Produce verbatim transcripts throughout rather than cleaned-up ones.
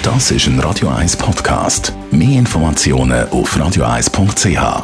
Das ist ein Radio eins Podcast. Mehr Informationen auf radio eins punkt c h.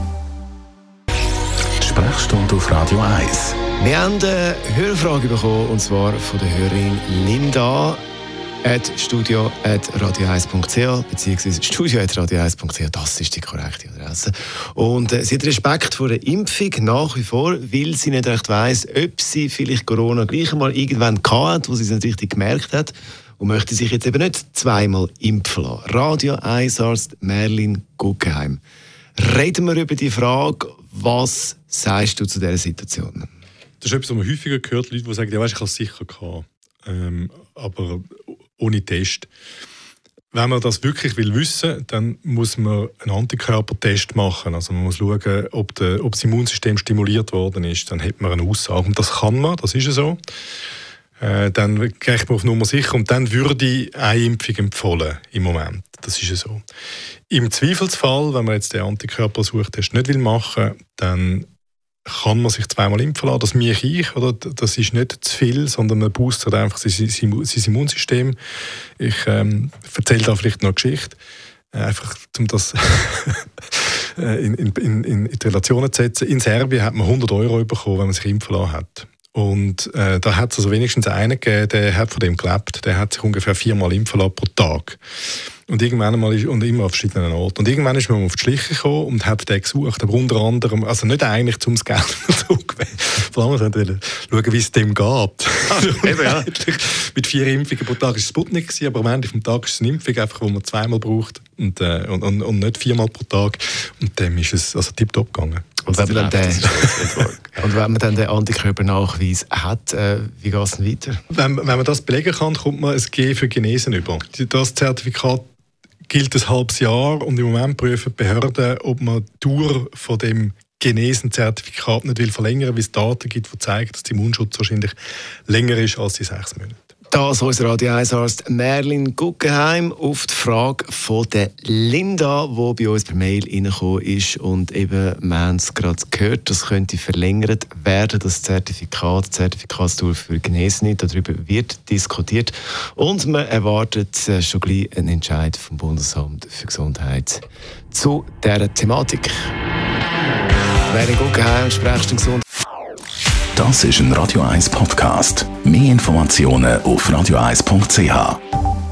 Die Sprechstunde auf Radio eins. Wir haben eine Hörfrage bekommen, und zwar von der Hörerin Linda at studio at radio eins punkt c h beziehungsweise studio at radio eins punkt c h. Das ist die korrekte Adresse. Und äh, sie hat Respekt vor der Impfung nach wie vor, weil sie nicht recht weiss, ob sie vielleicht Corona gleich einmal irgendwann hatte, wo sie es nicht richtig gemerkt hat, und möchte sich jetzt eben nicht zweimal impfen lassen. Radio eins Arzt Merlin Guggenheim. Reden wir über die Frage, was sagst du zu dieser Situation? Das ist etwas, was man häufiger hört, Leute, die sagen, ja, weißt, ich habe es sicher gehabt, ähm, aber ohne Test. Wenn man das wirklich will wissen, dann muss man einen Antikörpertest machen. Also man muss schauen, ob, der, ob das Immunsystem stimuliert worden ist. Dann hat man eine Aussage. Und das kann man, das ist so. Äh, dann geht man auf Nummer sicher und dann würde eine Impfung empfohlen im Moment. Das ist so. Im Zweifelsfall, wenn man jetzt den Antikörpersuchtest nicht will machen, dann kann man sich zweimal impfen lassen. Das mache ich. Oder? Das ist nicht zu viel, sondern man boostet einfach sein, sein Immunsystem. Ich ähm, erzähle da vielleicht noch eine Geschichte. Äh, einfach, um das in, in, in, in die Relation zu setzen. In Serbien hat man hundert Euro bekommen, wenn man sich impfen lassen hat. Und äh, da hat es also wenigstens einen gegeben, der hat von dem gelebt. Der hat sich ungefähr viermal impfen lassen pro Tag. Und irgendwann einmal ist, und immer auf verschiedenen Orten. Und irgendwann ist man auf die Schliche gekommen und hat den gesucht. Aber unter anderem, also nicht eigentlich zum Geld zurückgeben. Vor allem wollte schauen, wie es dem geht. Also, eben, ja. Mit vier Impfungen pro Tag war es Sputnik, aber am Ende des Tages ist es eine Impfung, einfach, die man zweimal braucht und, äh, und, und, und nicht viermal pro Tag. Und dann ist es also tiptop gegangen. Und wenn, man dann den, und wenn man dann den Antikörpernachweis hat, äh, wie geht es denn weiter? Wenn, wenn man das belegen kann, kommt man ein G für Genesen über. Das Zertifikat gilt ein halbes Jahr und im Moment prüfen die Behörden, ob man die Dauer von dem Genesen-Zertifikat nicht will verlängern, weil es Daten gibt, die zeigen, dass der Immunschutz wahrscheinlich länger ist als die sechs Monate. Das unser Radio eins Arzt Merlin Guggenheim auf die Frage von der Linda, die bei uns per Mail reingekommen ist. Und eben, wir haben es gerade gehört, das könnte verlängert werden, das Zertifikat, Zertifikatstour für Genesene. Darüber wird diskutiert. Und man erwartet schon gleich einen Entscheid vom Bundesamt für Gesundheit zu dieser Thematik. Merlin Guggenheim, Sprechstunde Gesundheit. Das ist ein Radio eins Podcast. Mehr Informationen auf radio eins punkt c h.